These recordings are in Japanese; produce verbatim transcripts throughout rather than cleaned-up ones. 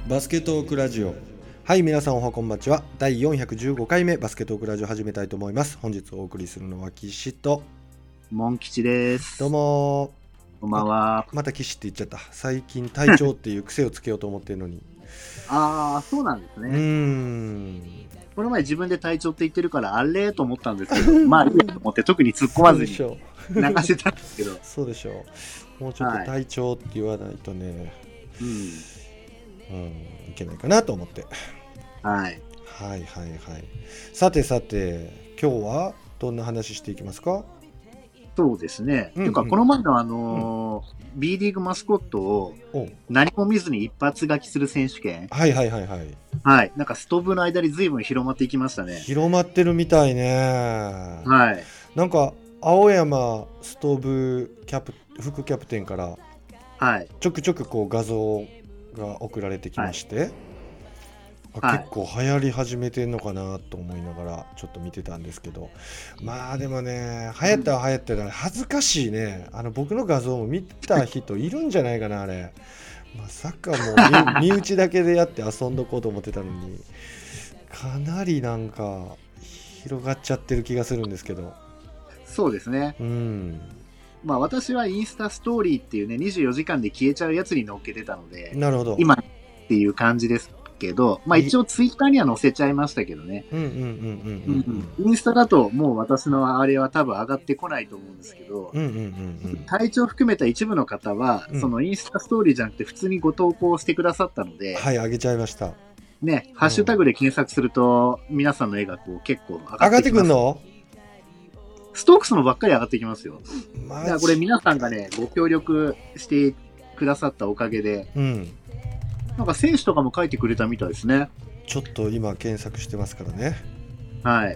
バスケトークラジオ。はい、皆さんおはこんばんちは。だいよんひゃくじゅうごかいめバスケトークラジオ始めたいと思います。本日お送りするのは岸とモン吉です。 どうもこんばんは。 ま、また岸って言っちゃった。最近隊長っていう癖をつけようと思ってるのにああ、そうなんですね。 うーんこの前自分で隊長って言ってるからあれと思ったんですけどまあいいやと思って特に突っ込まずに流してたんですけどそうでしょう。もうちょっと隊長って言わないとね、はい、うん、うん、いけないかなと思って。はい、はいはいはい。さてさて今日はどんな話していきますか？ そうですね。うんうん、というかこの前のあのーうん、B リーグマスコットを何も見ずに一発書きする選手権。 はいはいはいはい。 はい。なんかストーブの間に随分広まっていきましたね。 広まってるみたいね。はい。なんか青山ストーブキャプ副キャプテンからちょくちょくこう画像が送られてきまして、はいはい、結構流行り始めてんのかなと思いながらちょっと見てたんですけど、まあでもね、流行ったは流行ったら恥ずかしいね。あの僕の画像も見た人いるんじゃないかなあれ。まさかもう 身, 身内だけでやって遊んどこうと思ってたのにかなりなんか広がっちゃってる気がするんですけど。 そうですね。うん。まあ私はインスタストーリーっていうねにじゅうよじかんで消えちゃうやつに載っけてたので、 なるほど。 今っていう感じですけど、まあ一応ツイッターには載せちゃいましたけどね。うんうんうんうんうん。インスタだともう私のあれは多分上がってこないと思うんですけど、うんうんうんうん。体調含めた一部の方は、うん、そのインスタストーリーじゃなくて普通にご投稿してくださったので、 はい、上げちゃいました。 ね、ハッシュタグで検索すると、うん、皆さんの絵がこう結構上がってきます。 上がってくんの？ ストークスのばっかり上がってきますよ。だからこれ皆さんがね、ご協力してくださったおかげで、うん、なんか選手とかも書いてくれたみたいですね。 ちょっと今検索してますからね。 はい。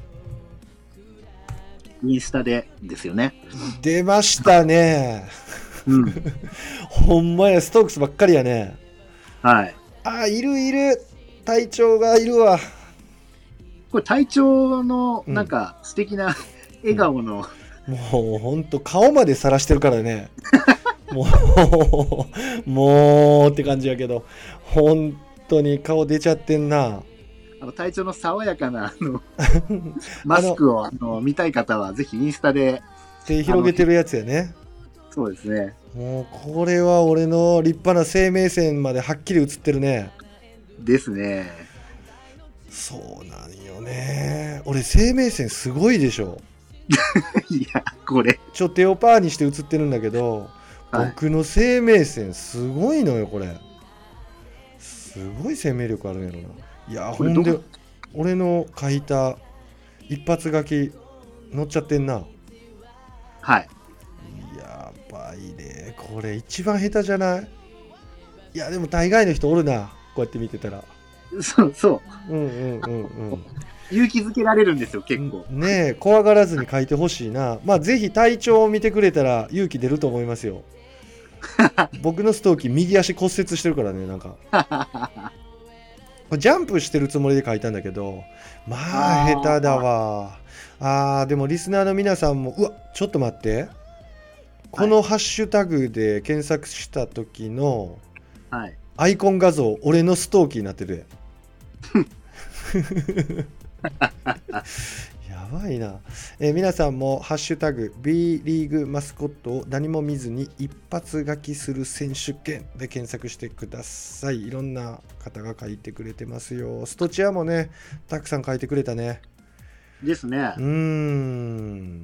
インスタでですよね。 出ましたね。うん。ほんまや、ストークスばっかりやね。はい。あ、いるいる。隊長がいるわ。 これ隊長のなんか素敵な、うん笑顔の、 うん、もうほんと顔まで晒してるからねもうもうって感じやけど本当に顔出ちゃってんな。 あの隊長の爽やかなあのマスクをあの見たい方はぜひインスタで手広げてるやつやね。 そうですね。 もうこれは俺の立派な生命線まではっきり映ってるね。 ですね。 そうなんよね。俺生命線すごいでしょいやこれちょっと手をパーにして映ってるんだけど、はい、僕の生命線すごいのよこれ。すごい生命力あるんやろな。いやほんで俺の書いた一発書き載っちゃってんな。 はい。 やばいねこれ一番下手じゃない？いやでも大概の人おるなこうやって見てたら。 そうそう。 うんうんうんうん。 勇気づけられるんですよ結構。 ねえ怖がらずに書いてほしいな。まあぜひ体調を見てくれたら勇気出ると思いますよ。僕のストーキー右足骨折してるからねなんか。ジャンプしてるつもりで書いたんだけどまあ下手だわ。あーでもリスナーの皆さんもうわちょっと待ってこのハッシュタグで検索した時のアイコン画像俺のストーキーになってる。やばいな、えー、皆さんもハッシュタグ B リーグマスコットを何も見ずに一発書きする選手権で検索してください。いろんな方が書いてくれてますよ。ストチアもねたくさん書いてくれたね。 ですね。 うーん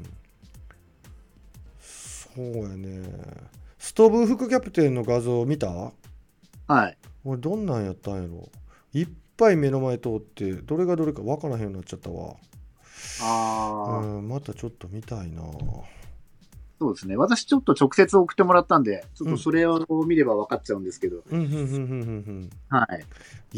そうやね。ストーブ副キャプテンの画像見た？ はい。 俺どんなんやったんやろ。いっぱい目の前通ってどれがどれか分からへんようになっちゃったわ。あうん、またちょっと見たいな。 そうですね。私ちょっと直接送ってもらったんでちょっとそれを見れば分かっちゃうんですけど、うんうんうんうんうん、はい。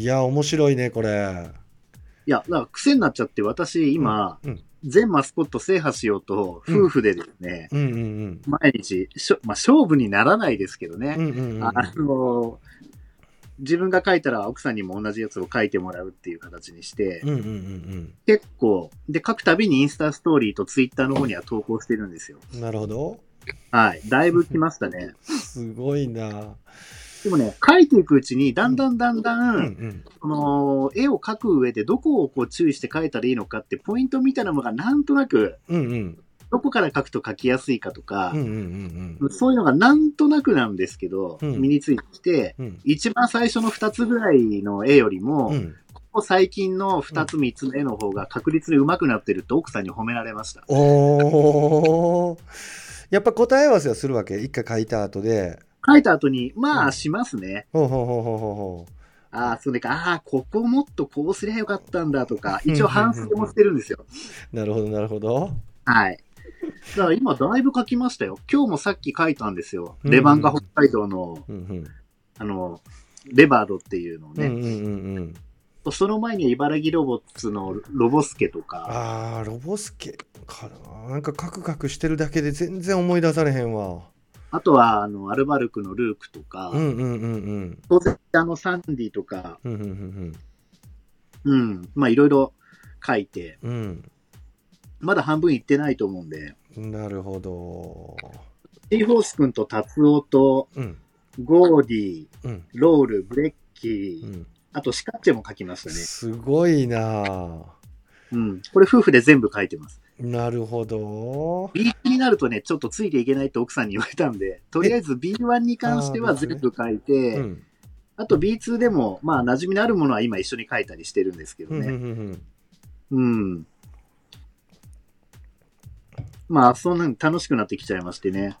いや面白いねこれ。 いやだから癖になっちゃって私今、うんうん、全マスコット制覇しようと夫婦でですね、うんうんうんうん、毎日しょ、まあ、勝負にならないですけどね、うんうんうん、あの自分が書いたら奥さんにも同じやつを書いてもらうっていう形にして、うんうんうんうん、結構で書くたびにインスタストーリーとツイッターの方には投稿してるんですよ。 なるほど。 はい、だいぶ来ましたね。 すごいな。 でもね、描いていくうちに、だんだんだんだん、うんうん、その、絵を描く上でどこをこう注意して描いたらいいのかって、ポイントみたいなのがなんとなく、うんうん、どこから描くと描きやすいかとか、うんうんうんうん、そういうのがなんとなくなんですけど、うん、身についてきて、うん、一番最初の二つぐらいの絵よりも、うん、ここ最近の二つ三つの絵の方が確率に上手くなってるって奥さんに褒められました。 おー。やっぱ答え合わせはするわけ？一回描いた後で。 書いた後に、まあ、うん、しますね。 ほうほうほうほうほう。 ああ、それか、ああ、ここもっとこうすりゃよかったんだとか、一応反省もしてるんですよ。 なるほど、なるほど。 はい。だから今、だいぶ書きましたよ。今日もさっき書いたんですよ。レバンガ北海道の、うんうん、あの、レバードっていうのをね。うんうんうんうん、その前に茨城ロボッツのロボスケとか。 ああ、ロボスケかな。なんかカクカクしてるだけで全然思い出されへんわ。 あとは、あの、アルバルクのルークとか、うんうんうんうん。当然、あの、サンディとか、うんうんうんうん。うん。まあ、いろいろ書いて、うん。まだ半分いってないと思うんで。 なるほど。 シーフォース君とタツオと、うん、ゴーディ、うん、ロール、ブレッキー、うん、あとシカッチェも書きましたね。 すごいなぁ。 うん。これ夫婦で全部書いてます。 なるほど。 ビーツー になるとね、ちょっとついていけないって奥さんに言われたんで、とりあえず ビーワン に関しては全部書いて、あ,、うん、あと ビーツー でも、まあ馴染みのあるものは今一緒に書いたりしてるんですけどね。うん。うん、まあ、そんなに楽しくなってきちゃいましてね。 うん。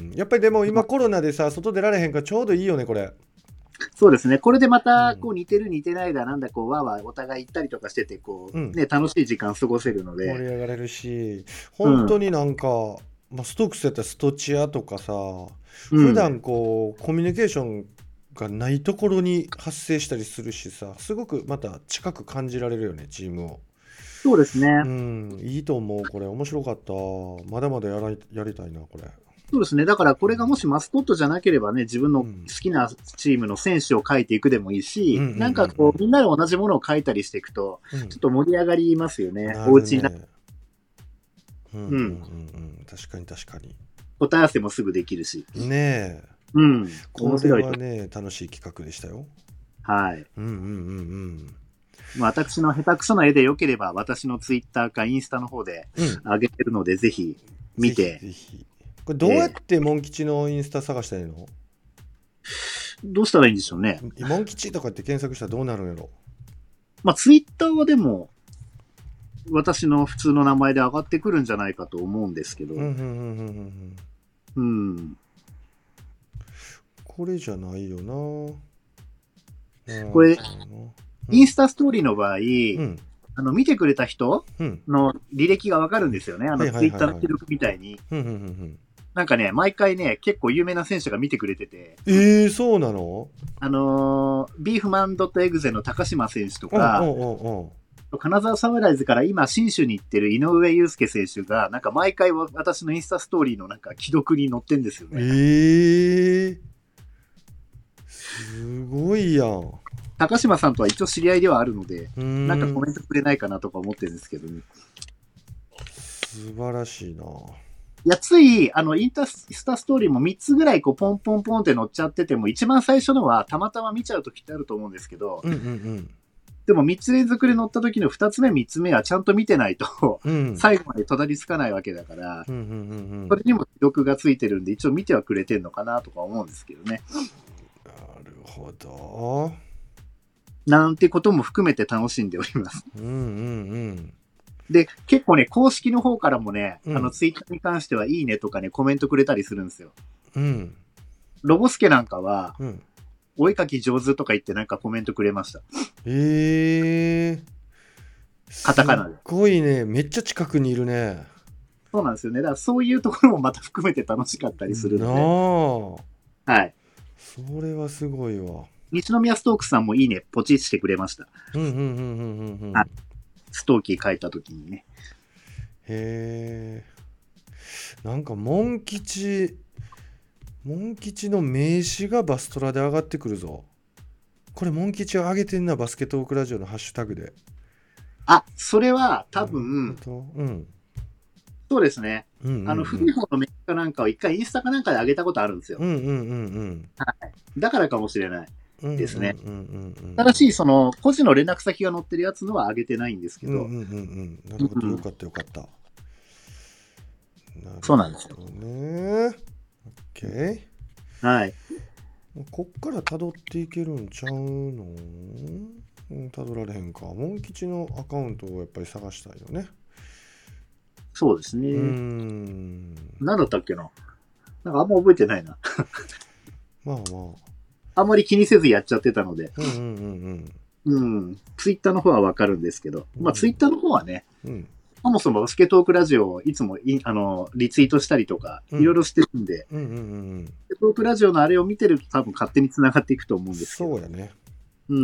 やっぱりでも今コロナでさ、外出られへんからちょうどいいよね、これ。 そうですね。これでまた、こう、似てる似てないだ、なんだ、こう、わーわーお互い行ったりとかしてて、こう、うん、ね、楽しい時間過ごせるので。 盛り上がれるし、本当になんか、うん、まあ、ストックスやったらストチアとかさ、うん、普段こう、コミュニケーションがないところに発生したりするしさ、すごくまた近く感じられるよね、チームを。 そうですね。 うん、いいと思う。これ面白かった。まだまだやらやりたいな、これ。 そうですね。だからこれがもしマスコットじゃなければね、自分の好きなチームの選手を書いていくでもいいし、うん、なんかこう、みんなで同じものを書いたりしていくと、うん、ちょっと盛り上がりますよね。ね、お家にな。 うんうんうんうん。確かに確かに。 答え合わせもすぐできるし。 ねえ。 うん。 これはね、楽しい企画でしたよ。 はい。 うんうんうんうん。 私の下手くそな絵で良ければ、私のツイッターかインスタの方で上げてるので、うん、ぜひ見て。 ぜひぜひ。これどうやってモン吉のインスタ探したらいいの？ どうしたらいいんでしょうね。 モン吉とかって検索したらどうなるんやろ？ まあ、ツイッターはでも、私の普通の名前で上がってくるんじゃないかと思うんですけど。うん、うん、うん、うん。うん。 これじゃないよな。 これ、インスタストーリーの場合、うん、あの、見てくれた人の履歴がわかるんですよね。あの、ツイッターの記録みたいに。なんかね、毎回ね、結構有名な選手が見てくれてて。 えー、そうなの？ あのー、ビーフマンドットエグゼの高島選手とか、おうおうおう、金沢サムライズから今、新州に行ってる井上祐介選手が、なんか毎回私のインスタストーリーのなんか既読に載ってんですよね。 えー、すごいやん。 高島さんとは一応知り合いではあるので、んなんかコメントくれないかなとか思ってるんですけどね。 素晴らしいな。 いや、つい、あの、インタスタストーリーもみっつぐらいこう、ポンポンポンって乗っちゃってても、一番最初のはたまたま見ちゃうときってあると思うんですけど、うんうんうん、でもみっつ連続で乗った時のふたつめ、みっつめはちゃんと見てないと、うん、最後までたどり着かないわけだから、うんうんうんうん、それにも記録がついてるんで、一応見てはくれてんのかなとか思うんですけどね。 なるほど。 なんてことも含めて楽しんでおります。 うんうんうん。 で、結構ね、公式の方からもね、うん、あの、ツイッターに関してはいいねとかね、コメントくれたりするんですよ。うん。ロボスケなんかは、うん、お絵かき上手とか言ってなんかコメントくれました。 へえー。 カタカナで。 すごいね、めっちゃ近くにいるね。 そうなんですよね。だからそういうところもまた含めて楽しかったりするので。はい。 それはすごいわ。 西宮ストークスさんもいいね、ポチしてくれました。うんうんうんうんうんうん。ストーキー書いたときにね。 へえ。なんか、モン吉、モン吉の名刺がバストラで上がってくるぞ。これ、モン吉を上げてんな、バスケットオークラジオのハッシュタグで。 あ、それは多分、 うん。 スそうですね。うんうんうん、あの、古い方のメーカーなんかを一回インスタかなんかで上げたことあるんですよ。うんうんうんうん。はい。だからかもしれないですね。ただし、その、個人の連絡先が載ってるやつのは上げてないんですけど。うんうんうんうん。 なるほど、よかったよかった。うん、 そうなんですよ。 ね。OK。 はい。 こっから辿っていけるんちゃうの？辿られへんか。モン吉のアカウントをやっぱり探したいよね。 そうですね。うーん。何だったっけな。なんかあんま覚えてないな。 まあまあ。 あんまり気にせずやっちゃってたので。うんうんうんうん。うん。ツイッターの方はわかるんですけど。まあツイッターの方はね。うん。そもそもバスケトークラジオをいつもいあのリツイートしたりとか、いろいろしてるんで、うんうんうんうん、バスケトークラジオのあれを見てると多分勝手に繋がっていくと思うんですけど。 そうやね。 うん。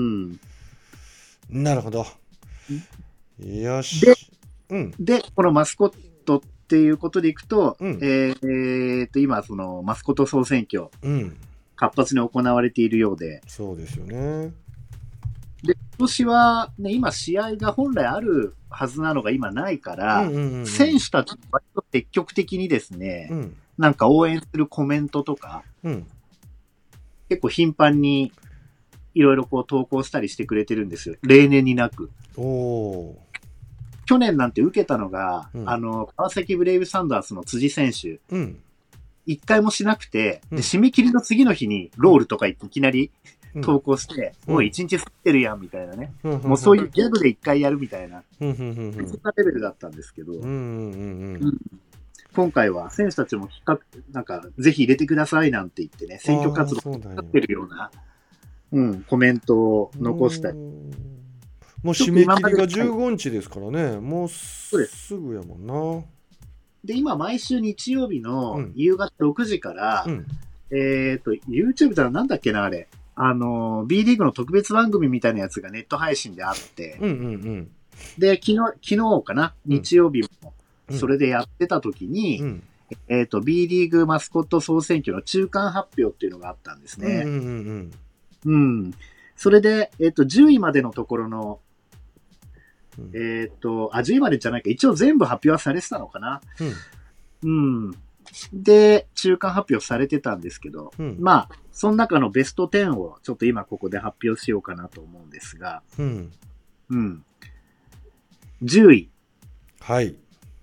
なるほど。よし。 で、うん、で、このマスコットっていうことでいくと、うん、えー、っと、今、そのマスコット総選挙、うん、活発に行われているようで。 そうですよね。 で、今年は、ね、今試合が本来あるはずなのが今ないから、うんうんうんうん、選手たち割と積極的にですね、うん、なんか応援するコメントとか、うん、結構頻繁にいろいろこう投稿したりしてくれてるんですよ。例年になく。おー。去年なんて受けたのが、うん、あの、川崎ブレイブサンダースの辻選手、うん、一回もしなくて、で、締め切りの次の日にロールとか言っていきなり、投稿して、うん、もう一日過ぎてるやんみたいなね、うん、もうそういうギャグで一回やるみたいな、うん、そんなレベルだったんですけど、うんうんうんうん、今回は選手たちも比較、なんか、ぜひ入れてくださいなんて言ってね、選挙活動になってるような、うん、コメントを残したり。 もう締め切りがじゅうごにちですからね、もうすぐやもんな。 で、今、毎週日曜日の夕方ろくじから、うん、えっと、YouTube だらなんだっけな、あれ。あの、B リーグの特別番組みたいなやつがネット配信であって、うんうんうん、で、昨日、昨日かな、日曜日も、それでやってた時に、うん、えっと、B リーグマスコット総選挙の中間発表っていうのがあったんですね。うんうんうんうん、それで、えっと、じゅういまでのところの、うん、えっと、あ、じゅういまでじゃないか、一応全部発表はされてたのかな。うん、うんで、中間発表されてたんですけど、うん、まあ、その中のベストじゅうをちょっと今ここで発表しようかなと思うんですが、うん。うん。じゅうい。 はい。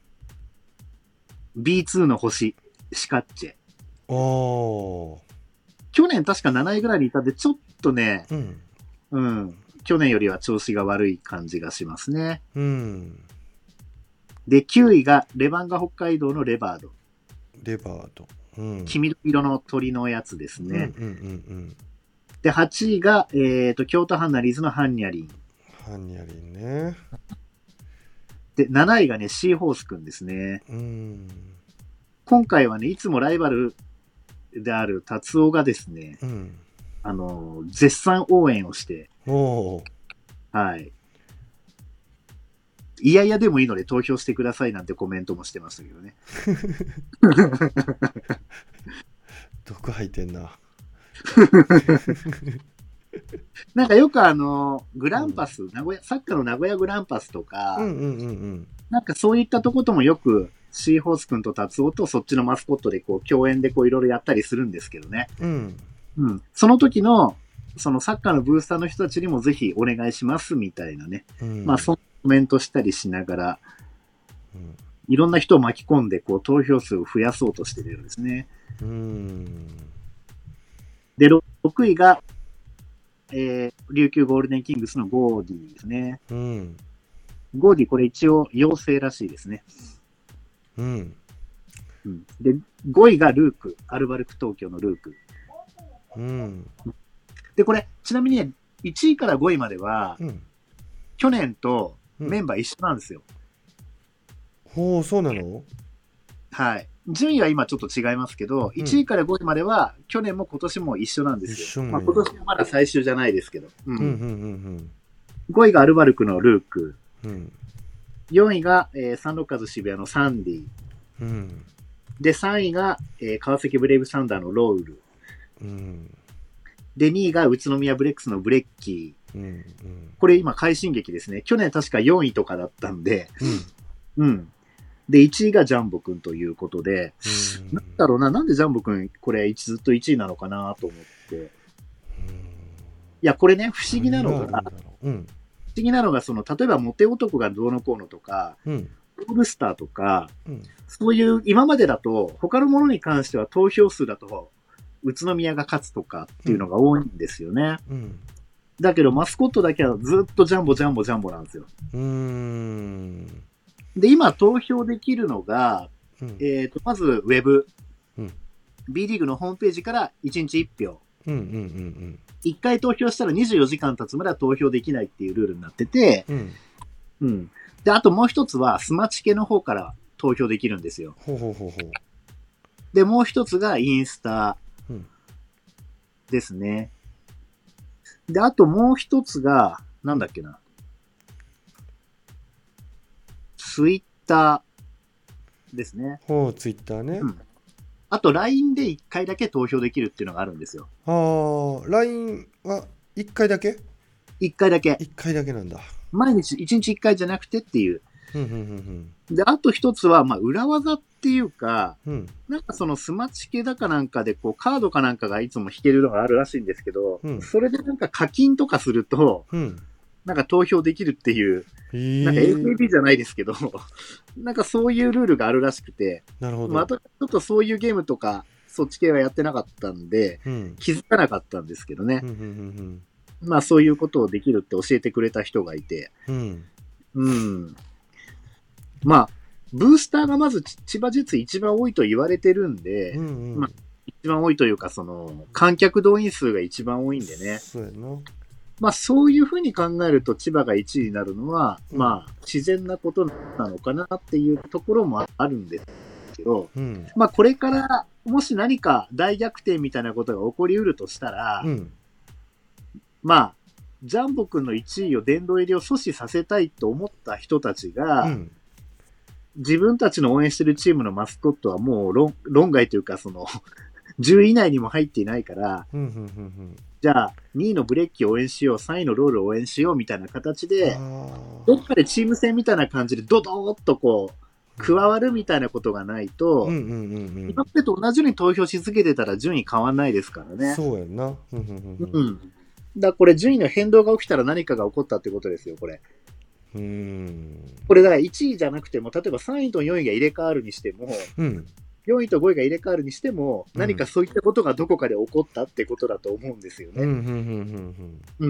ビーツー の星、シカッチェ。 おー。 去年確かなないぐらいにいたんで、ちょっとね、うん。うん。去年よりは調子が悪い感じがしますね。うん。で、きゅういがレバンガ北海道のレバード。 レバード。 うん、黄緑色の鳥のやつですね。うんうんうんうん、で、はちいが、えっ、ー、と、京都ハンナリーズのハンニャリン。 ハンニャリンね。 で、なないがね、シーホースくんですね。うん、今回はね、いつもライバルである達夫がですね、うん、あの、絶賛応援をして、おはい。いやいやでもいいので投票してくださいなんてコメントもしてましたけどね。 毒吐いてんな。 なんかよくあの、グランパス、うん、名古屋、サッカーの名古屋グランパスとか、うんうんうんうん、なんかそういったとこともよく、シーホース君と達夫とそっちのマスコットでこう、共演でこういろいろやったりするんですけどね。うん。うん。その時の、そのサッカーのブースターの人たちにもぜひお願いしますみたいなね。うん、まあそのコメントしたりしながら、うん、いろんな人を巻き込んでこう投票数を増やそうとしているようですね。うん、で、ろくいが、えー、琉球ゴールデンキングスのゴーディですね。うん、ゴーディこれ一応陽性らしいですね。うんうん、で、ごいがルーク、アルバルク東京のルーク。うん、で、これ、ちなみにね、いちいからごいまでは、うん、去年とメンバー一緒なんですよ。 うん、ほう、そうなの？ はい。順位は今ちょっと違いますけど、うん、いちいからごいまでは、去年も今年も一緒なんですよ。まあ、今年はまだ最終じゃないですけど。うんうんうんうん、ごいがアルバルクのルーク。うん、よんいが、えー、サンロッカーズ渋谷のサンディ。うん、で、さんいが、えー、川崎ブレイブサンダーのロール。うん、で、にいが宇都宮ブレックスのブレッキー。うんうん、これ今快進撃ですね。去年確かよんいとかだったんで。うん。うん、 で、いちいがジャンボくんということで、なんだろうな、なんでジャンボくん、これずっといちいなのかなと思って。いや、これね、不思議なのが、うん、不思議なのが、その、例えばモテ男がどうのこうのとか、うん、オールスターとか、うん、そういう、今までだと、他のものに関しては投票数だと、宇都宮が勝つとかっていうのが多いんですよね。うんうんだけど、マスコットだけはずっとジャンボ、ジャンボ、ジャンボなんですよ。うーんで、今投票できるのが、うん、えっと、まず、ウェブ、うん。B リーグのホームページからいちにちいち票。うんうんうんうん。いっかい投票したらにじゅうよじかん経つまでは投票できないっていうルールになってて、うん。うん。で、あともう一つは、スマチケの方から投票できるんですよ。ほうほうほうほう。で、もう一つがインスタですね。うん、で、あともう一つが、なんだっけな。ツイッターですね。 ほう、ツイッターね。うん。 あと、ライン でいっかいだけ投票できるっていうのがあるんですよ。 ああ、ライン はいっかいだけ ? いっ 回だけ。 いっかいだけなんだ。 毎日、いちにちいっかいじゃなくてっていう。うんうんうんうん、で、あと一つは、まあ、裏技っていうか、うん、なんかそのスマチケだかなんかで、こう、カードかなんかがいつも引けるのがあるらしいんですけど、うん、それでなんか課金とかすると、うんなんか投票できるっていう、なんか エーケービー じゃないですけど、なんかそういうルールがあるらしくて、なるほど。またちょっとそういうゲームとか、そっち系はやってなかったんで、うん、気づかなかったんですけどね。うんうんうんうん、まあそういうことをできるって教えてくれた人がいて、うん。うん、まあ、ブースターがまず千葉ジェッツ一番多いと言われてるんで、うんうん、まあ、一番多いというか、その、観客動員数が一番多いんでね。そうやな。まあそういうふうに考えると千葉がいちいになるのは、うん、まあ自然なことなのかなっていうところもあるんですけど、うん、まあこれからもし何か大逆転みたいなことが起こりうるとしたら、うん、まあジャンボくんのいちいを殿堂入りを阻止させたいと思った人たちが、うん、自分たちの応援してるチームのマスコットはもう論論外というかそのじゅうい以内にも入っていないから、うんうんうんうんじゃあ、にいのブレッキを応援しよう、さんいのロールを応援しようみたいな形で、どっかでチーム戦みたいな感じでドドーッとこう、加わるみたいなことがないと、うんうんうんうん、今までと同じように投票し続けてたら順位変わんないですからね。 そうやんな。うんうんうん、 だからこれ順位の変動が起きたら何かが起こったってことですよ、これ。うーんこれだからいちいじゃなくても、例えばさんいとよんいが入れ替わるにしても、うんよんいとごいが入れ替わるにしても、うん、何かそういったことがどこかで起こったってことだと思うんですよね。うん、うん、うん、うん。うん。な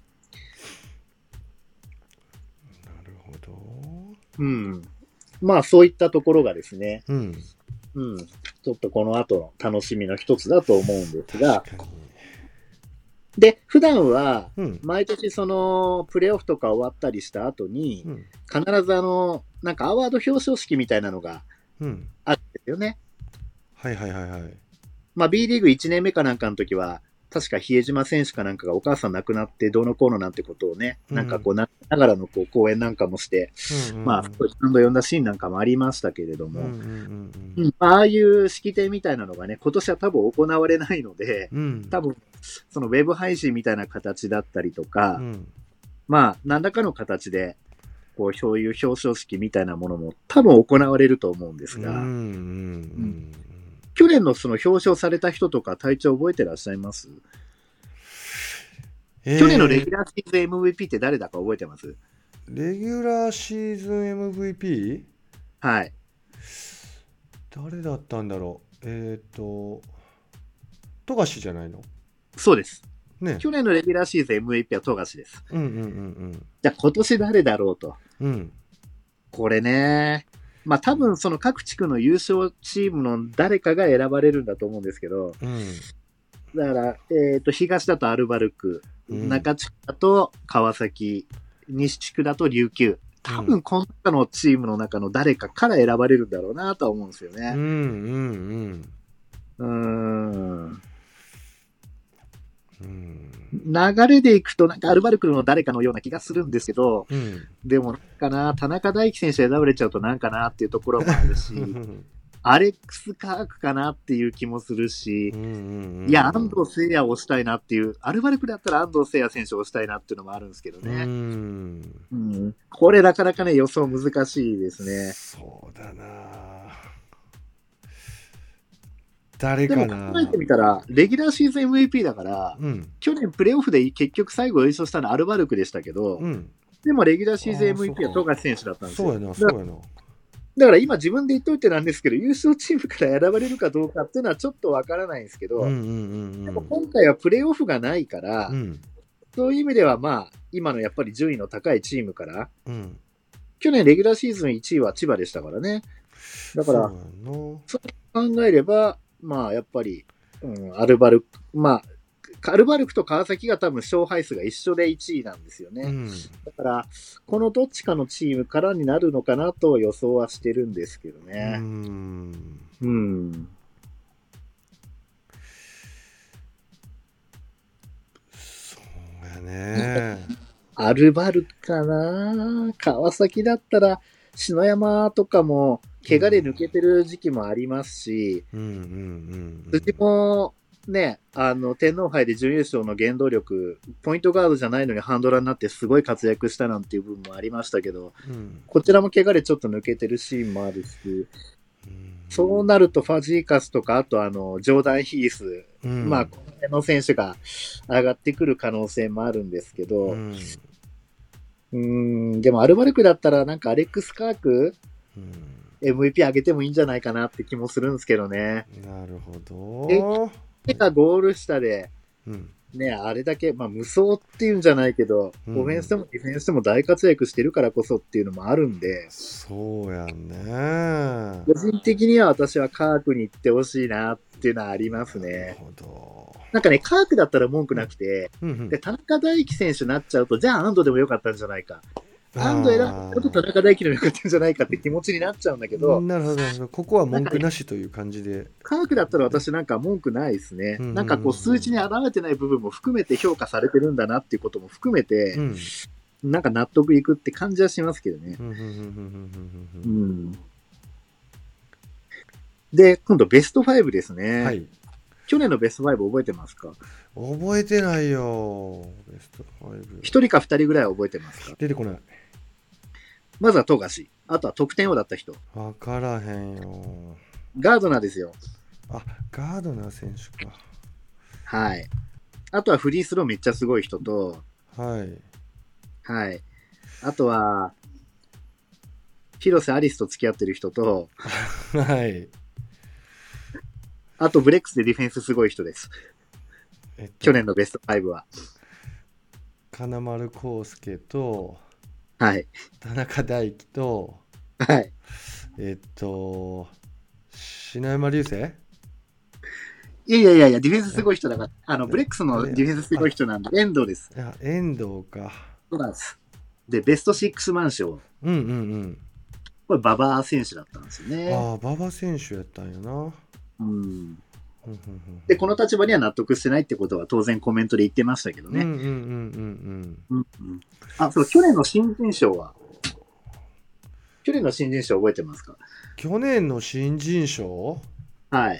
るほど。 うん。まあ、そういったところがですね、うん。うん。ちょっとこの後の楽しみの一つだと思うんですが、で、普段は、毎年その、プレイオフとか終わったりした後に、うん、必ずあの、なんかアワード表彰式みたいなのが、うん、あるんですよね。 はいはいはいはい。 まあ B リーグいちねんめかなんかの時は、確か比江島選手かなんかがお母さん亡くなってどうのこうのなんてことをね、うん、なんかこうながらのこう講演なんかもして、うんうんうん、まあ、スタンド呼んだシーンなんかもありましたけれども、うんうんうんうん、ああいう式典みたいなのがね、今年は多分行われないので、うん、多分、そのウェブ配信みたいな形だったりとか、うん、まあ、何らかの形で、こう、そういう表彰式みたいなものも多分行われると思うんですが、うんうんうん去年のその表彰された人とか体調覚えてらっしゃいます？えー、去年のレギュラーシーズン エムブイピー って誰だか覚えてます？ レギュラーシーズン エムブイピー？ はい。 誰だったんだろうえっ、ー、と、富樫じゃないの？ そうです。ね。去年のレギュラーシーズン エムブイピー は富樫です。うんうんうんうん。じゃあ今年誰だろうと。うん。これね。まあ多分その各地区の優勝チームの誰かが選ばれるんだと思うんですけど、うん、だから、えっと、東だとアルバルク、うん、中地区だと川崎、西地区だと琉球。多分この中のチームの中の誰かから選ばれるんだろうなとは思うんですよね。うんうんうん。うーん。うん、流れでいくとなんかアルバルクの誰かのような気がするんですけど、うん、でもなんかな田中大輝選手選ばれちゃうとなんかなっていうところもあるしアレックス・カークかなっていう気もするし、うんうんうん、いや、安藤聖也を押したいなっていう、アルバルクだったら安藤聖也選手を押したいなっていうのもあるんですけどね。うん、うん、これなかなかね、予想難しいですね。 そうだな。誰かな。 でも考えてみたら、レギュラーシーズン エムブイピー だから、うん、去年プレーオフで結局最後優勝したのはアルバルクでしたけど、うん、でもレギュラーシーズン エムブイピー は富樫選手だったんですよ。 そうやな、そうやな。 だから今自分で言っといてなんですけど、優勝チームから選ばれるかどうかっていうのはちょっとわからないんですけど、うんうんうんうん、でも今回はプレーオフがないから、うん、そういう意味ではまあ、今のやっぱり順位の高いチームから、うん、去年レギュラーシーズンいちいは千葉でしたからね。だから、そう考えれば、まあやっぱり、うん、アルバルク、まあ、アルバルクと川崎が多分勝敗数が一緒でいちいなんですよね。うん、だから、このどっちかのチームからになるのかなと予想はしてるんですけどね。うん。うん。 そうやね。 アルバルクかな。川崎だったら、篠山とかも、怪我で抜けてる時期もありますし、うんうんうんうん、辻も、ね、あの、天皇杯で準優勝の原動力、ポイントガードじゃないのにハンドラーになってすごい活躍したなんていう部分もありましたけど、うん、こちらも怪我でちょっと抜けてるシーンもあるし、うん、そうなるとファジーカスとか、あとあの、ジョーダン・ヒース、うん、まあ、この選手が上がってくる可能性もあるんですけど、うん、うーんでもアルバルクだったらなんかアレックス・カーク、うん、エムブイピー 上げてもいいんじゃないかなって気もするんですけどね。 なるほど。 手がゴール下で、うん、ね、あれだけ、まあ無双っていうんじゃないけど、うん、オフェンスでもディフェンスでも大活躍してるからこそっていうのもあるんで。 そうやね。 個人的には私はカークに行ってほしいなっていうのはありますね。なるほど。なんかね、カークだったら文句なくて、うんうん、で田中大輝選手になっちゃうと、じゃあアンドでもよかったんじゃないか。アンド選ぶと田中大輝でもよかったんじゃないかって気持ちになっちゃうんだけど。 なるほど。ここは文句なしという感じで。 カークだったら私なんか文句ないですね。うんうんうん、なんかこう数値に表れてない部分も含めて評価されてるんだなっていうことも含めて、うん、なんか納得いくって感じはしますけどね。で、今度ベストファイブですね。はい。去年のベストファイブ覚えてますか？ 覚えてないよ。ベストファイブ。 一人か二人ぐらいは覚えてますか？ 出てこない。 まずは富樫。あとは得点王だった人。 わからへんよ。 ガードナーですよ。 あ、ガードナー選手か。 はい。あとはフリースローめっちゃすごい人と、 はい。 はい。あとは、広瀬アリスと付き合ってる人と、 はい。 あとブレックスでディフェンスすごい人です。えっと、去年のベストファイブは。 金丸康介と、 はい。 田中大輝と、 はい。 えっと、篠山竜星？ いやいやいやいや、ディフェンスすごい人だから、あの、ブレックスのディフェンスすごい人なんで、遠藤です。 いや、遠藤か。 そうなんです。で、ベストシックスマン賞。 うんうんうん。 これ、馬場選手だったんですよね。 ああ、馬場選手やったんやな。 うん。で、この立場には納得してないってことは当然コメントで言ってましたけどね。うんうんうんうんうん。あ、そう、去年の新人賞は去年の新人賞覚えてますか？ 去年の新人賞？ はい。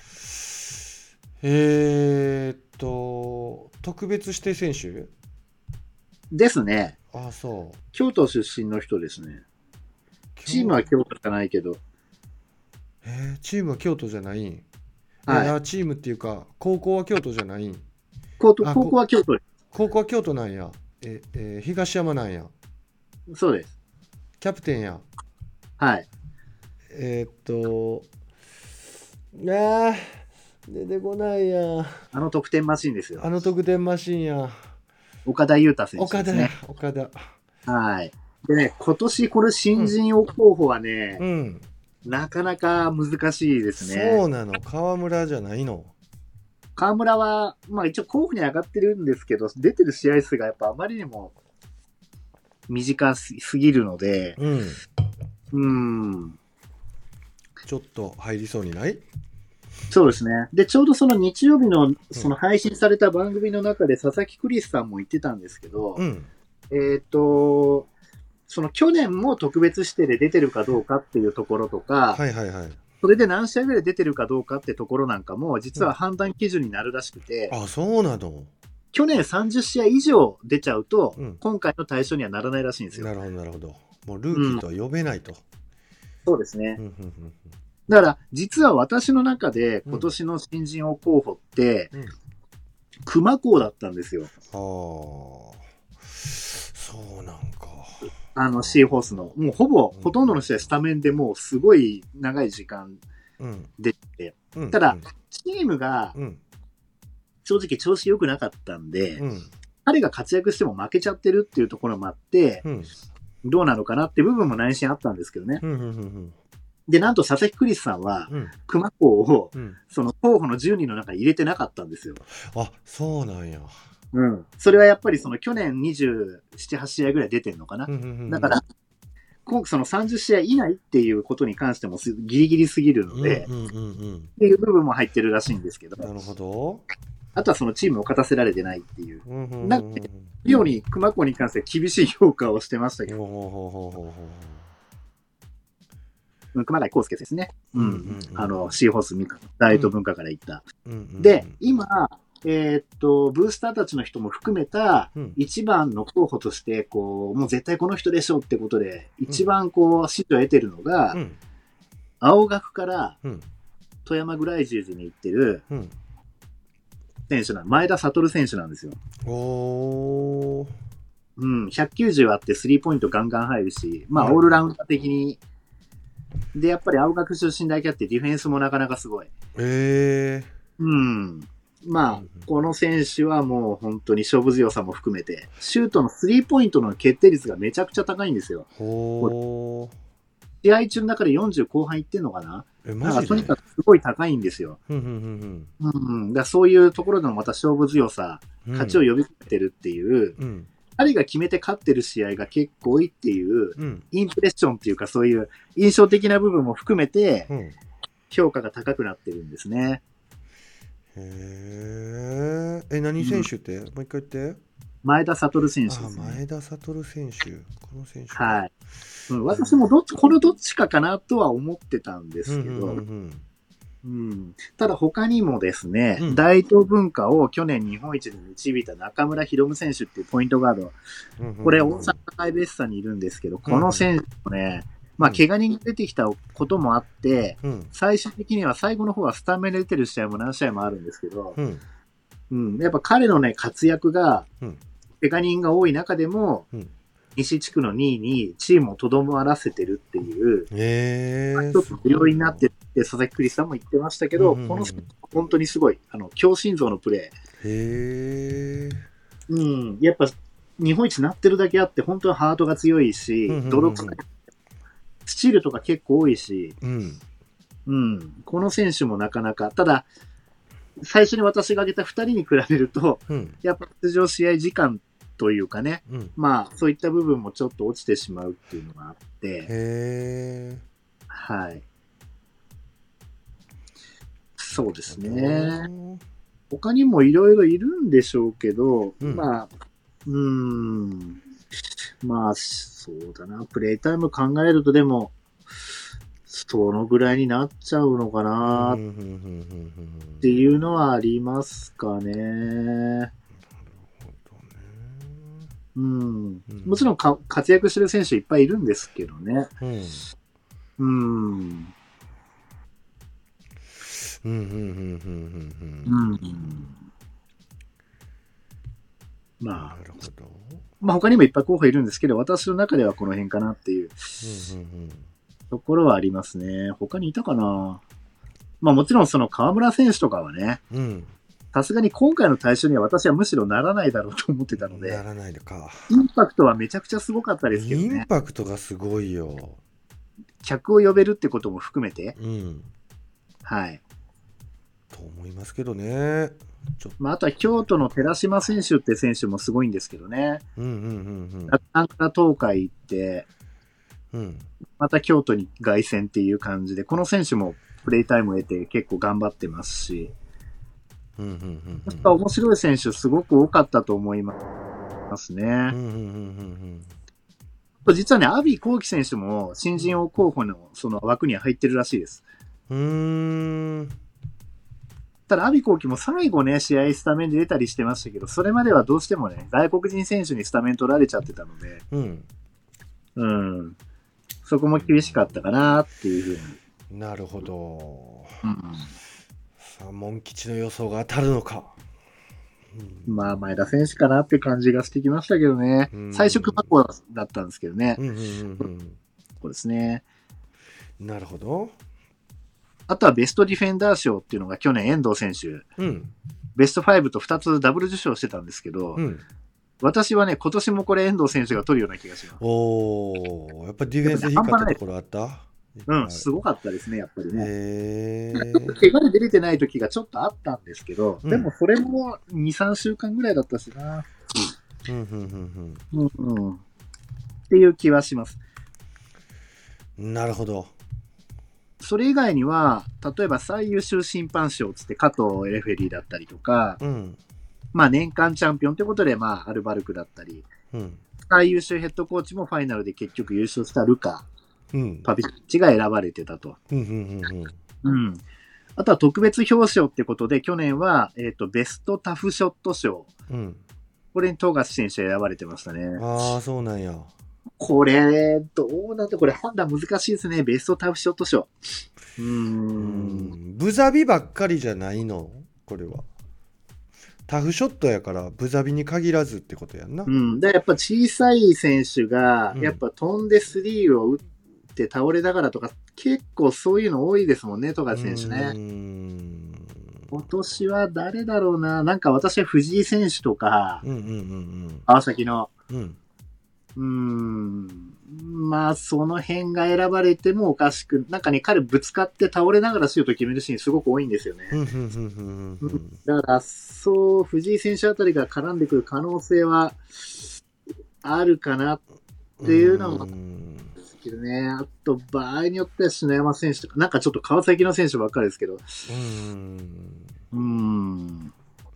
えー、っと、特別指定選手ですね。 ああ、そう。 京都出身の人ですね。チームは京都じゃないけど。 えー、チームは京都じゃないん？はい、えー、チームっていうか、高校は京都じゃないん？ 高校高校は京都です。 高校は京都なんや。ええー、東山なんや。 そうです。 キャプテンや。 はい。 えー、っと、あー、出てこないや。 あの得点マシンですよ。 あの得点マシンや。 岡田優太選手ですね。 岡田。岡田。 はい。でね、今年これ新人王候補はね、うん、うんなかなか難しいですね。 そうなの？河村じゃないの？ 河村は、まあ一応候補に上がってるんですけど、出てる試合数がやっぱあまりにも短すぎるので、うん。うん。 ちょっと入りそうにない？ そうですね。で、ちょうどその日曜日のその配信された番組の中で佐々木クリスさんも言ってたんですけど、うん、えっと、その去年も特別指定で出てるかどうかっていうところとか、 はいはいはい。 それで何試合ぐらい出てるかどうかってところなんかも、実は判断基準になるらしくて。 うん、あ、そうなの。 去年さんじゅっしあい以上出ちゃうと、うん、今回の対象にはならないらしいんですよ。 なるほど、なるほど。もうルーキーとは呼べないと。うん、 そうですね。だから、実は私の中で今年の新人王候補って、うん、熊高だったんですよ。 ああ、そうなんか。 あの、シーホースの。もうほぼ、うん、ほとんどの試合スタメンでもうすごい長い時間出て、うん、ただ、うん、チームが、正直調子良くなかったんで、うん、彼が活躍しても負けちゃってるっていうところもあって、うん、どうなのかなって部分も内心あったんですけどね。うんうんうん、で、なんと佐々木クリスさんは、うん、熊高を、うん、その候補のじゅうにんの中に入れてなかったんですよ。 あ、そうなんや。 うん。それはやっぱりその去年にじゅうなな、はち試合ぐらい出てんのかな。うんうんうん、だから、今そのさんじゅっ試合以内っていうことに関してもギリギリすぎるので、うんうんうんうん、っていう部分も入ってるらしいんですけど。 なるほど。 あとはそのチームを勝たせられてないっていう。うんうんうん、なんか、ように熊高に関して厳しい評価をしてましたけど。ほうほうほうほう熊谷康介ですね。うんうんうん、あの、シーホースダイエット文化から行った。うんうんうん、で、今、えー、っと、ブースターたちの人も含めた一番の候補として、こう、もう絶対この人でしょうってことで、一番こう、支持を得てるのが、うん、青学から富山グライジーズに行ってる、うん選手な前田悟選手なんですよ。おー。うん、ひゃくきゅうじゅうあってスリーポイントガンガン入るし、まあ、オールラウンダー的に。で、やっぱり青学出身だけあってディフェンスもなかなかすごい。へー。うん。まあ、この選手はもう本当に勝負強さも含めて、シュートのスリーポイントの決定率がめちゃくちゃ高いんですよ。ほー。試合中の中でよんじゅう後半いってんのかなえ、マジで？なんかとにかくすごい高いんですよ。うんうんうんうん。だそういうところでもまた勝負強さ、勝ちを呼び込めてるっていう、うん、彼が決めて勝ってる試合が結構多いっていう、うん、インプレッションっていうかそういう印象的な部分も含めて、うん、評価が高くなってるんですね。 へー。え、何選手って、うん、もう一回言って。 前田悟選手ですね。あ、前田悟選手。この選手。 はい。うん、私もどっち、このどっちかかなとは思ってたんですけど、うんうんうんうん、ただ他にもですね、うん、大東文化を去年日本一に導いた中村博夢選手っていうポイントガード、うんうんうん、これ大阪アイベッサにいるんですけど、この選手もね、まあ怪我人が出てきたこともあって、うん、最終的には最後の方はスタメンで出てる試合も何試合もあるんですけど、うんうん、やっぱ彼のね活躍が、うん怪我人が多い中でも、うん、西地区のにいにチームをとどまらせてるっていう、えー、一つの要因になってって佐々木クリスさんも言ってましたけど、うんうんうん、この本当にすごい、あの、強心臓のプレー。へー。うん。やっぱ日本一になってるだけあって本当にハートが強いし、うんうんうん、泥臭い。スチールとか結構多いし、うん。うん。この選手もなかなか、ただ、最初に私が挙げたふたりに比べると、うん、やっぱ出場試合時間というかね、うん、まあそういった部分もちょっと落ちてしまうっていうのがあって、へー。はい。そうですね。他にもいろいろいるんでしょうけど、うん、まあ、うーん、まあそうだな、プレイタイム考えるとでも、そのぐらいになっちゃうのかなっていうのはありますかね。うん、もちろんか活躍してる選手いっぱいいるんですけどね。うん。うん。うんうんうんうんうんうん。まあ、なるほど。まあ他にもいっぱい候補いるんですけど、私の中ではこの辺かなっていうところはありますね。他にいたかな。まあもちろんその河村選手とかはね。うん。さすがに今回の対象には私はむしろならないだろうと思ってたので。 ならないのか。 インパクトはめちゃくちゃすごかったですけどね。 インパクトがすごいよ。 客を呼べるってことも含めて。うん。はい。 と思いますけどね。 ちょまあ、あとは京都の寺島選手って選手もすごいんですけどね。うんうんうんうん。楽天から東海行って、うん。また京都に凱旋っていう感じで、この選手もプレイタイムを得て結構頑張ってますし。うんうんうんうん、やっぱ面白い選手すごく多かったと思いますね。うんうんうんうんうん、実はね、阿炎光輝選手も新人王候補のその枠には入ってるらしいです。 うーん。 ただ、阿炎幸輝も最後ね、試合スタメンで出たりしてましたけど、それまではどうしてもね、外国人選手にスタメン取られちゃってたので、 うん。 うん。そこも厳しかったかなっていうふうに。なるほど。 うん。 さあ、モン吉の予想が当たるのか。 うん、まあ、前田選手かなって感じがしてきましたけどね。うん、最初、熊子だったんですけどね。 うんうんうんうん、 そうですね。 なるほど。 あとはベストディフェンダー賞っていうのが去年遠藤選手、うん、ベストファイブとふたつダブル受賞してたんですけど、うん、私はね、今年もこれ遠藤選手が取るような気がします。 おー、やっぱディフェンス低かったところあった？ うん、すごかったですね、やっぱりね。 へー。怪我で出れてない時がちょっとあったんですけど、うん、でもそれもに、さんしゅうかんぐらいだったしな。 うん、うん、うん、うん。 うんうん。っていう気はします。 なるほど。 それ以外には、例えば最優秀審判賞つって加藤エレフェリーだったりとか、うん、まあ年間チャンピオンってことで、まあアルバルクだったり、うん、最優秀ヘッドコーチもファイナルで結局優勝したルカ、うん、パビッチが選ばれてたと。うん。あとは特別表彰ってことで、去年は、えっと、ベストタフショット賞。うん、これに富樫選手選ばれてましたね。 ああ、そうなんや。 これ、どうなんて、これ判断難しいですね。ベストタフショット賞。 うーん。ブザビばっかりじゃないの？これは。タフショットやからブザビに限らずってことやんな。 うん。だからやっぱ小さい選手が、やっぱ飛んでスリーを打って倒れながらとか、結構そういうの多いですもんね、富樫選手ね。うーん。今年は誰だろうな。なんか私は藤井選手とか、うんうんうんうん、川崎の、うんうーん。まあ、その辺が選ばれてもおかしく、なんかね、彼ぶつかって倒れながらシュート決めるシーンすごく多いんですよね。だから、そう、藤井選手あたりが絡んでくる可能性はあるかなっていうのも、ですけどね。あと、場合によっては篠山選手とか、なんかちょっと川崎の選手ばっかりですけど。うーん。うーん。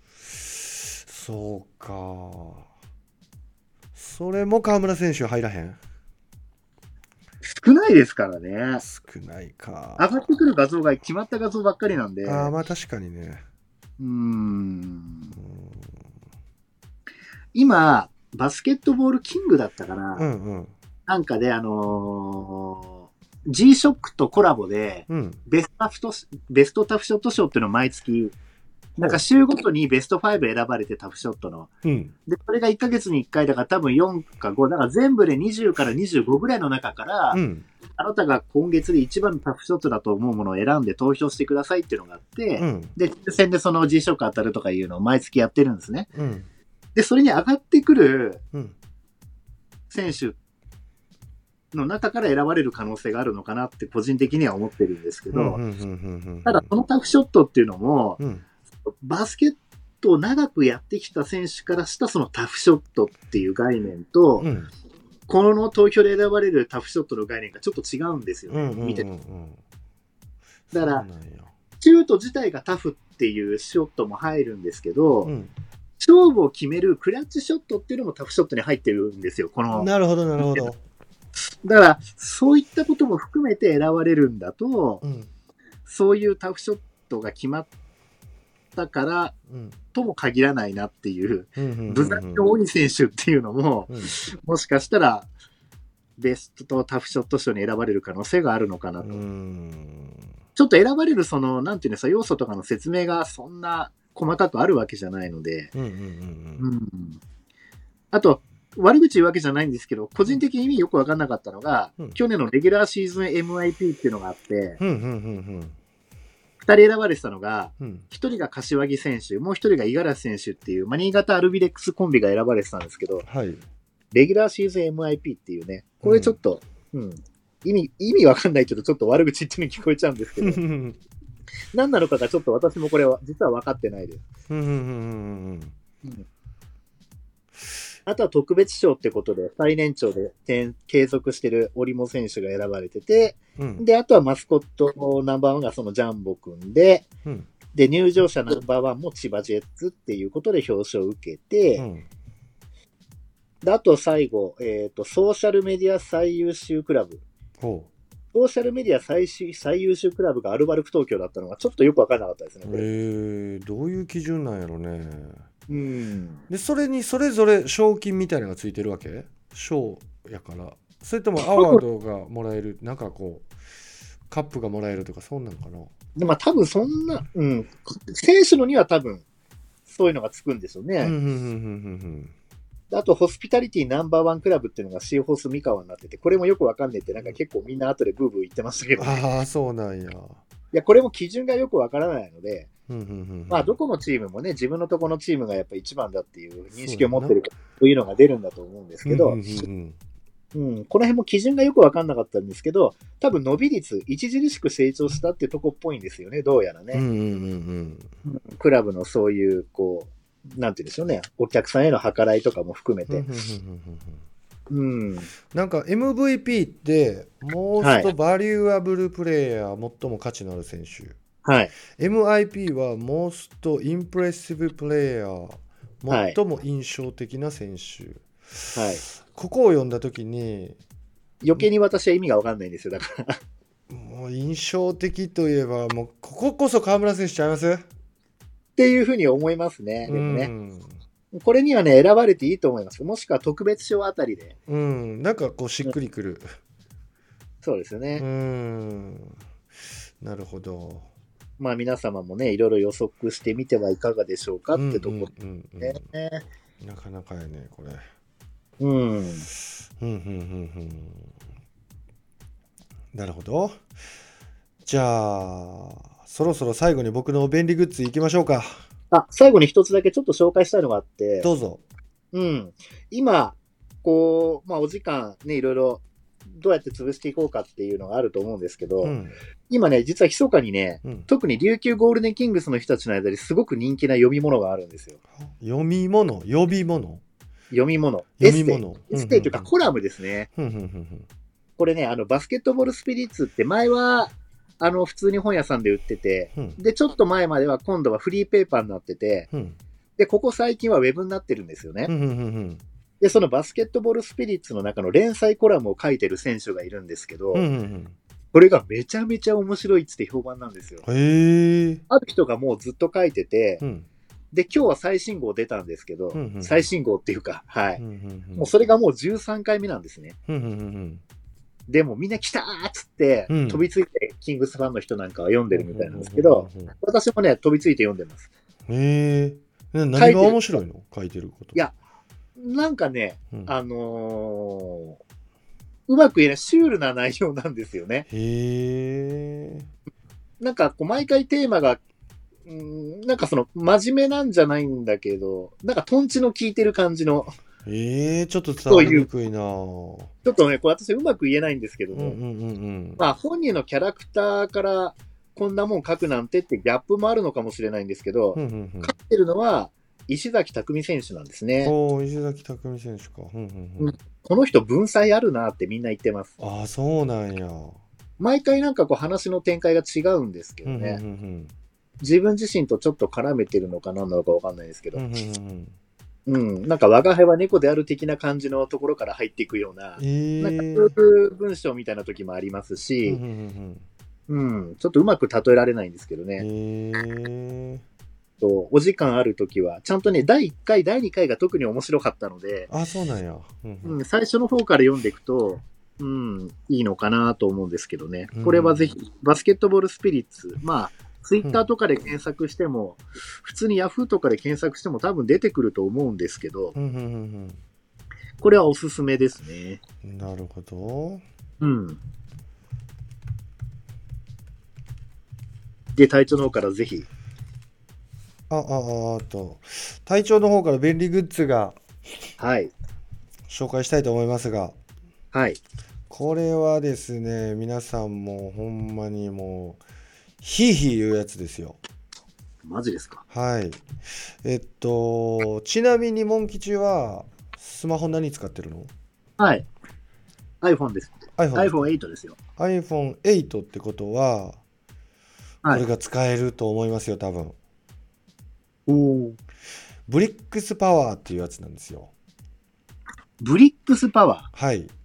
そうか。それも河村選手入らへん？ 少ないですからね。 少ないか。 上がってくる画像が決まった画像ばっかりなんで。 ああ、まあ確かにね。 うーん。今、バスケットボールキングだったかな。うんうん。なんかで、あのー、G ショックとコラボで、うん、ベストタフト、ベストタフショット賞っていうのを毎月、なんか週ごとにベストファイブ選ばれてタフショットの。うん。で、それがいっかげつにいっかいだから多分よんかご。だから全部でにじゅうからにじゅうごぐらいの中から、うん、あなたが今月で一番のタフショットだと思うものを選んで投票してくださいっていうのがあって、うん、で、抽選でその G ショック当たるとかいうのを毎月やってるんですね。うん、で、それに上がってくる選手の中から選ばれる可能性があるのかなって個人的には思ってるんですけど、ただそのタフショットっていうのも、うん、バスケットを長くやってきた選手からしたそのタフショットっていう概念と、うん、この投票で選ばれるタフショットの概念がちょっと違うんですよね、うんうんうんうん、見てて。だから、シュート自体がタフっていうショットも入るんですけど、うん、勝負を決めるクラッチショットっていうのもタフショットに入ってるんですよ、この。 なるほど、なるほど。 だから、そういったことも含めて選ばれるんだと、うん、そういうタフショットが決まったから、うん、とも限らないなっていう、ブザーの多い選手っていうのも、うん、もしかしたら、ベストとタフショット賞に選ばれる可能性があるのかなと。うんちょっと選ばれるその、なんていうんですか、要素とかの説明がそんな細かくあるわけじゃないので、あと、悪口言うわけじゃないんですけど、個人的に意味よくわかんなかったのが、うん、去年のレギュラーシーズン エムアイピー っていうのがあって、うんうんうんうん二人選ばれてたのが、一、うん、人が柏木選手、もう一人が五十嵐選手っていう、まあ、新潟アルビレックスコンビが選ばれてたんですけど、はい、レギュラーシーズン エムアイピー っていうね、これちょっと、うん、うん、意味、意味わかんないけど、ちょっと悪口っていうに聞こえちゃうんですけど、何なのかがちょっと私もこれは実は分かってないです。うんうんうんうんあとは特別賞ってことで、最年長で継続してるオリモ選手が選ばれてて、うん、で、あとはマスコットナンバーワンがそのジャンボくんで、うん、で、入場者ナンバーワンも千葉ジェッツっていうことで表彰を受けて、うん、で、あと最後、えっと、ソーシャルメディア最優秀クラブ。こソーシャルメディア 最, 最優秀クラブがアルバルク東京だったのがちょっとよく分からなかったですね。 えー、どういう基準なんやろね。 うん。 でそれにそれぞれ賞金みたいなのがついてるわけ？賞やから、それともアワードがもらえるなんかこうカップがもらえるとかそんなんかな。 でまあ多分そんな、うん、選手のには多分そういうのがつくんでしょうね。 うんうんうんうんうんあと、ホスピタリティナンバーワンクラブっていうのがシーホース三河になってて、これもよくわかんねえってなんか結構みんな後でブーブー言ってましたけど、ね、 ああ、そうなんや。いや、これも基準がよくわからないので、 うんうんうんうん、 まあ、どこのチームもね、自分のとこのチームがやっぱ一番だっていう認識を持ってるというのが出るんだと思うんですけど、うんうんうんうん、この辺も基準がよくわかんなかったんですけど、多分伸び率、著しく成長したってとこっぽいんですよね、どうやらね。うんうんうんうん、クラブのそういう、こう、なんて言うんでしょうね、お客さんへの計らいとかも含めて。うん、 なんか エムブイピー ってモーストバリューアブルプレイヤー、最も価値のある選手、 はい、 エムアイピー はモーストインプレッシブプレイヤー、最も印象的な選手、はい、ここを読んだ時に余計に私は意味が分かんないんですよ。だからもう印象的といえばもうこここそ河村選手ちゃいますっていうふうに思いますね。でもね、うん、これにはね選ばれていいと思います。もしくは特別賞あたりで、 うん、なんかこうしっくりくる、うん、 そうですよね。 うん、なるほど。 まあ皆様もねいろいろ予測してみてはいかがでしょうかってところ、 うんうんうんうん、なかなかやねこれ。 うん。うんうんうんうん。 なるほど。じゃあそろそろ最後に僕の便利グッズいきましょうか。 あ、最後に一つだけちょっと紹介したいのがあって。 どうぞ。 うん。今、こう、まあお時間ね、いろいろどうやって潰していこうかっていうのがあると思うんですけど、うん、今ね、実は密かにね、うん、特に琉球ゴールデンキングスの人たちの間ですごく人気な読み物があるんですよ。 読み物呼び物読み物。エステ。エステというかコラムですね。これね、あの、バスケットボールスピリッツって前は、あの、普通に本屋さんで売ってて、うん、で、ちょっと前までは今度はフリーペーパーになってて、うん、で、ここ最近はウェブになってるんですよね。うんうんうん、で、そのバスケットボールスピリッツの中の連載コラムを書いてる選手がいるんですけど、うんうんうん、これがめちゃめちゃ面白いっつって評判なんですよ。 へー。 ある人がもうずっと書いてて、うん、で、今日は最新号出たんですけど、うんうんうん、最新号っていうか、はい、うんうんうん。もうそれがもうじゅうさんかいめなんですね。うんうんうん、でもみんな来たーっつって、うん、飛びついてキングスファンの人なんかは読んでるみたいなんですけど、うんうんうんうん、私もね、飛びついて読んでます。 へー。何が面白いの？書いてること。 いや、なんかね、うん、あのー、うまく言えないシュールな内容なんですよね。 へー。 なんかこう毎回テーマが、うん、なんかその真面目なんじゃないんだけど、なんかトンチの効いてる感じの。 えー、ちょっと伝わりにくいな。ちょっとね、これ私うまく言えないんですけども、うんうんうんうん、まあ本人のキャラクターからこんなもん書くなんてってギャップもあるのかもしれないんですけど、うんうんうん、書いてるのは石崎匠選手なんですね。 おー、石崎匠選手か、うんうんうん。 この人文才あるなってみんな言ってます。 ああ、そうなんや。 毎回なんかこう話の展開が違うんですけどね、うんうんうん、自分自身とちょっと絡めてるのか何なのかわかんないですけど、うんうんうん、うん、なんか我が輩は猫である的な感じのところから入っていくような、えー、なんかそういう文章みたいな時もありますし、うんうんうん、うん、ちょっとうまく例えられないんですけどね。えーとお時間あるときは、ちゃんとね、だいいっかい、だいにかいが特に面白かったので、 あ、そうなんや。うんうんうん、最初の方から読んでいくと、うん、いいのかなと思うんですけどね。これはぜひ、バスケットボールスピリッツ、まあ、ツイッターとかで検索しても、うん、普通にヤフーとかで検索しても多分出てくると思うんですけど、うんうんうんうん、これはおすすめですね。 なるほど。 うん。で、隊長の方からぜひ、 あ、あ、あ、あと、隊長の方から便利グッズが、 はい。 紹介したいと思いますが、 はい。 これはですね、皆さんもほんまにもう、ひいひい言うやつですよ。 マジですか？ はい。えっと、ちなみにモン吉は、スマホ何使ってるの？ はい。iPhone です。iPhone アイフォンエイト ですよ。 アイフォンエイト ってことは、これが使えると思いますよ、多分。 おブリックスパワーっていうやつなんですよ。 ブリックスパワー？はい。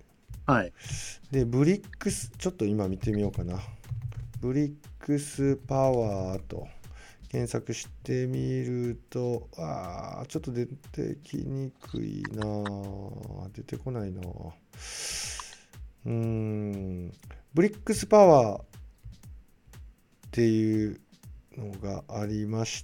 はい。 で、ブリックス、ちょっと今見てみようかな。ブリックスパワーと検索してみると、あー、ちょっと出てきにくいな。出てこないな。うーん。ブリックスパワーっていうのがありまして、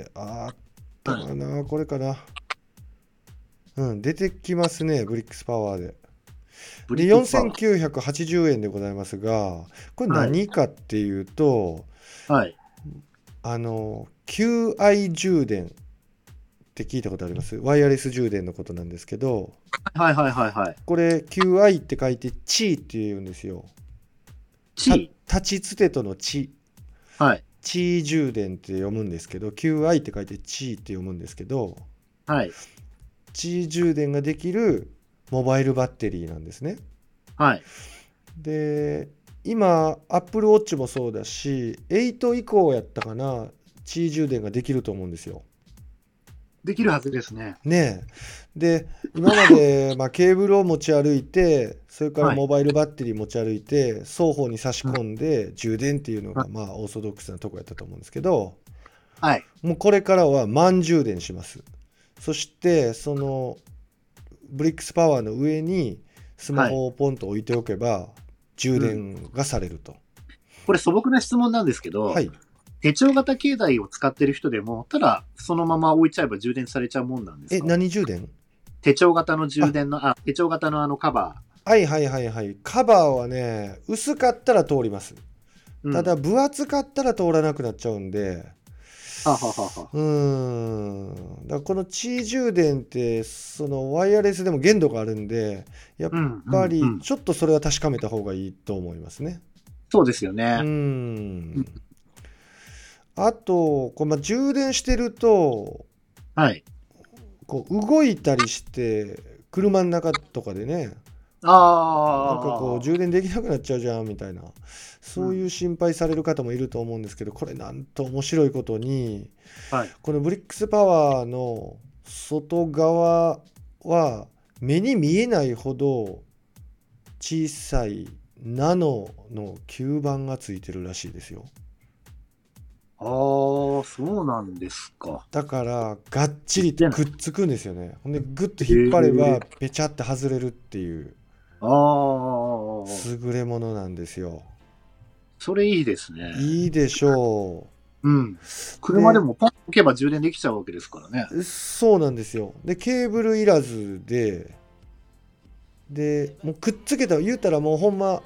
あったかな、これかな。うん、出てきますね、ブリックスパワーで。で、よんせんきゅうひゃくはちじゅうえんでございますが、これ何かっていうと、 はい、 あの、キューアイ 充電って聞いたことあります？ワイヤレス充電のことなんですけど、 はいはいはいはい。 これ キューアイ って書いてチーって言うんですよ。 チー？ 立ちつてとのチ。 はい。 チー充電って読むんですけど、キューアイ って書いてチーって読むんですけど、 はい。 チー充電ができるモバイルバッテリーなんですね。 はい。 で、今 Apple Watch もそうだし、エイト以降やったかな、チー充電ができると思うんですよ。 できるはずですね。 ねえ。で、今まで、まあ、ケーブルを持ち歩いて、それからモバイルバッテリー持ち歩いて、はい、双方に差し込んで充電っていうのが、まあ、オーソドックスなとこやったと思うんですけど、 はい、 もうこれからは満充電します。そして、そのブリックスパワーの上にスマホをポンと置いておけば、はい、充電がされると、うん。 これ素朴な質問なんですけど、はい、手帳型携帯を使ってる人でも、ただそのまま置いちゃえば充電されちゃうもんなんですか？ え、何充電？ 手帳型の充電の、あ、手帳型のあのカバー。はいはいはいはい。カバーはね、薄かったら通ります。うん、ただ分厚かったら通らなくなっちゃうんで、 ははははうーん。だからこのチー充電ってそのワイヤレスでも限度があるんで、やっぱりちょっとそれは確かめた方がいいと思いますね。 そうですよね。 うーん。あと、こうまあ、充電してると、 はい。 こう動いたりして車の中とかでね、 あなんかこう充電できなくなっちゃうじゃんみたいな、そういう心配される方もいると思うんですけど、これなんと面白いことに、はい、このブリックスパワーの外側は目に見えないほど小さいナノの吸盤がついてるらしいですよ。 ああ、そうなんですか。 だからがっちりとくっつくんですよね。ほんでグッと引っ張ればペチャって外れるっていう、ああ、優れものなんですよ。 それいいですね。 いいでしょう。うん。車でもパッと置けば充電できちゃうわけですからね。 そうなんですよ。で、ケーブルいらずで、で、もうくっつけた、言うたらもうほんま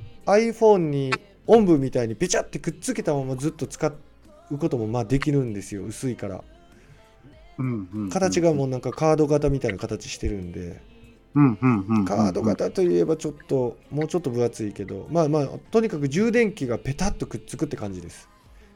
iPhone におんぶみたいにペチャってくっつけたままずっと使うこともまあできるんですよ、薄いから。うんうんうん、形がもうなんかカード型みたいな形してるんで。 うんうんうんうんうん、 カード型といえばちょっともうちょっと分厚いけど、まあまあとにかく充電器がペタッとくっつくって感じです。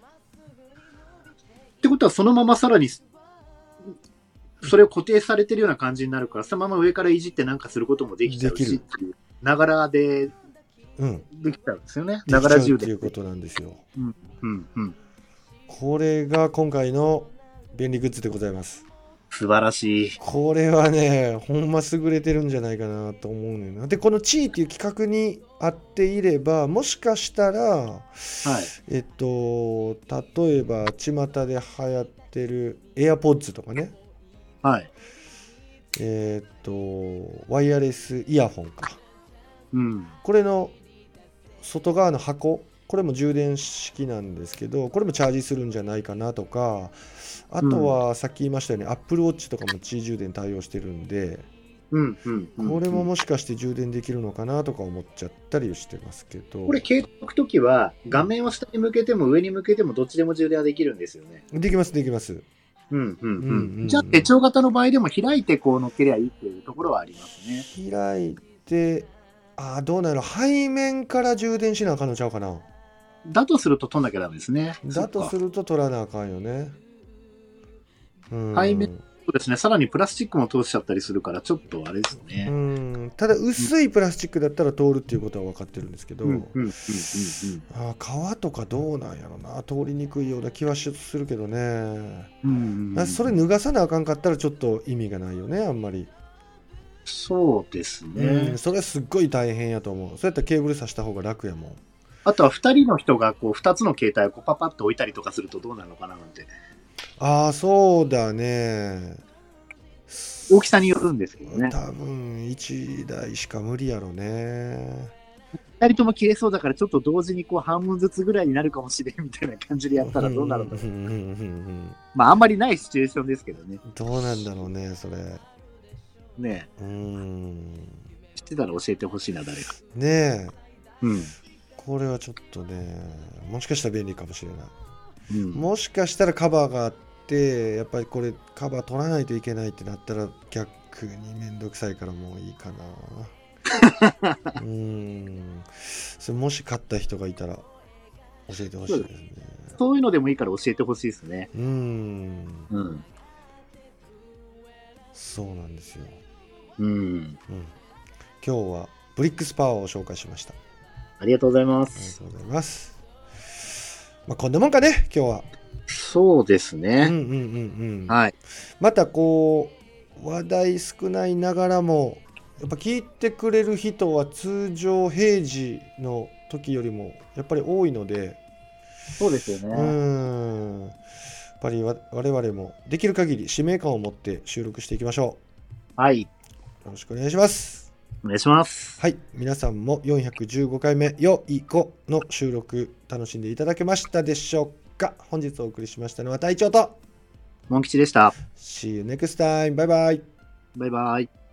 ってことはそのままさらにそれを固定されてるような感じになるから、そのまま上からいじってなんかすることもできちゃうしっていう、ながらでできちゃうんですよね。 ながら充電っていうことなんですよ。 うんうんうん。 これが今回の便利グッズでございます。 素晴らしい。 これはね、ほんま優れてるんじゃないかなと思うねんな。で、このチーっていう企画に合っていれば、もしかしたら、はい、えっと、例えば、巷で流行ってる AirPods とかね。 はい。 えっと、ワイヤレスイヤホンか。 うん。 これの外側の箱、これも充電式なんですけど、これもチャージするんじゃないかなとか、あとはさっき言いましたように、うん、Apple Watch とかもチー充電対応してるんで、 うんうんうんうん、 これももしかして充電できるのかなとか思っちゃったりしてますけど、 これ携帯置くときは画面を下に向けても上に向けてもどっちでも充電はできるんですよね。 できますできます。 うんうんうん。うん、じゃあ手帳型の場合でも開いてこう乗っけりゃいいっていうところはありますね。 開いて、あ、どうなの、背面から充電しなあかんのちゃうかな。 だとすると取んなきゃダメですね。 だとすると取らなあかんよね。 うん、背面、そうですね。さらにプラスチックも通しちゃったりするからちょっとあれですね。 うん、ただ薄いプラスチックだったら通るっていうことは分かってるんですけど、うんうんうんうん、あ、革とかどうなんやろな、通りにくいような気はするけどね。うんうんうん、それ脱がさなあかんかったらちょっと意味がないよね、あんまり。 そうですね、 うん、それはすっごい大変やと思う。そうやったらケーブル挿した方が楽やもん。 あとはふたりの人がこうふたつの携帯をこうパパッと置いたりとかするとどうなるのかななんて。 ああ、そうだね。 大きさによるんですけどね。 多分いちだいしか無理やろね。 ふたりとも切れそうだからちょっと同時にこう半分ずつぐらいになるかもしれんみたいな感じでやったらどうなるのかな。まああんまりないシチュエーションですけどね。 どうなんだろうねそれ。 ねえ。うん。知ってたら教えてほしいな誰か。 ねえ。 うん。 これはちょっとね、もしかしたら便利かもしれない。うん、もしかしたらカバーがあって、やっぱりこれカバー取らないといけないってなったら逆にめんどくさいからもういいかな。うーん。それもし買った人がいたら教えてほしいですね。 そういうのでもいいから教えてほしいですね。 うーん。うん。そうなんですよ。うん。うん。今日はブリックスパワーを紹介しました。 ありがとうございます。 ありがとうございます。まあ、こんなもんかね、今日は。 そうですね。 うんうんうんうん。 はい。 またこう、話題少ないながらも、やっぱ聞いてくれる人は通常平時の時よりもやっぱり多いので。 そうですよね。 うん。やっぱり我々もできる限り使命感を持って収録していきましょう。はい。よろしくお願いします。 お願いします。 はい、皆さんもよんひゃくじゅうごかいめよいごの収録楽しんでいただけましたでしょうか。本日お送りしましたのは隊長とモン吉でした。 See you next time. バイバイ。 バイバイ。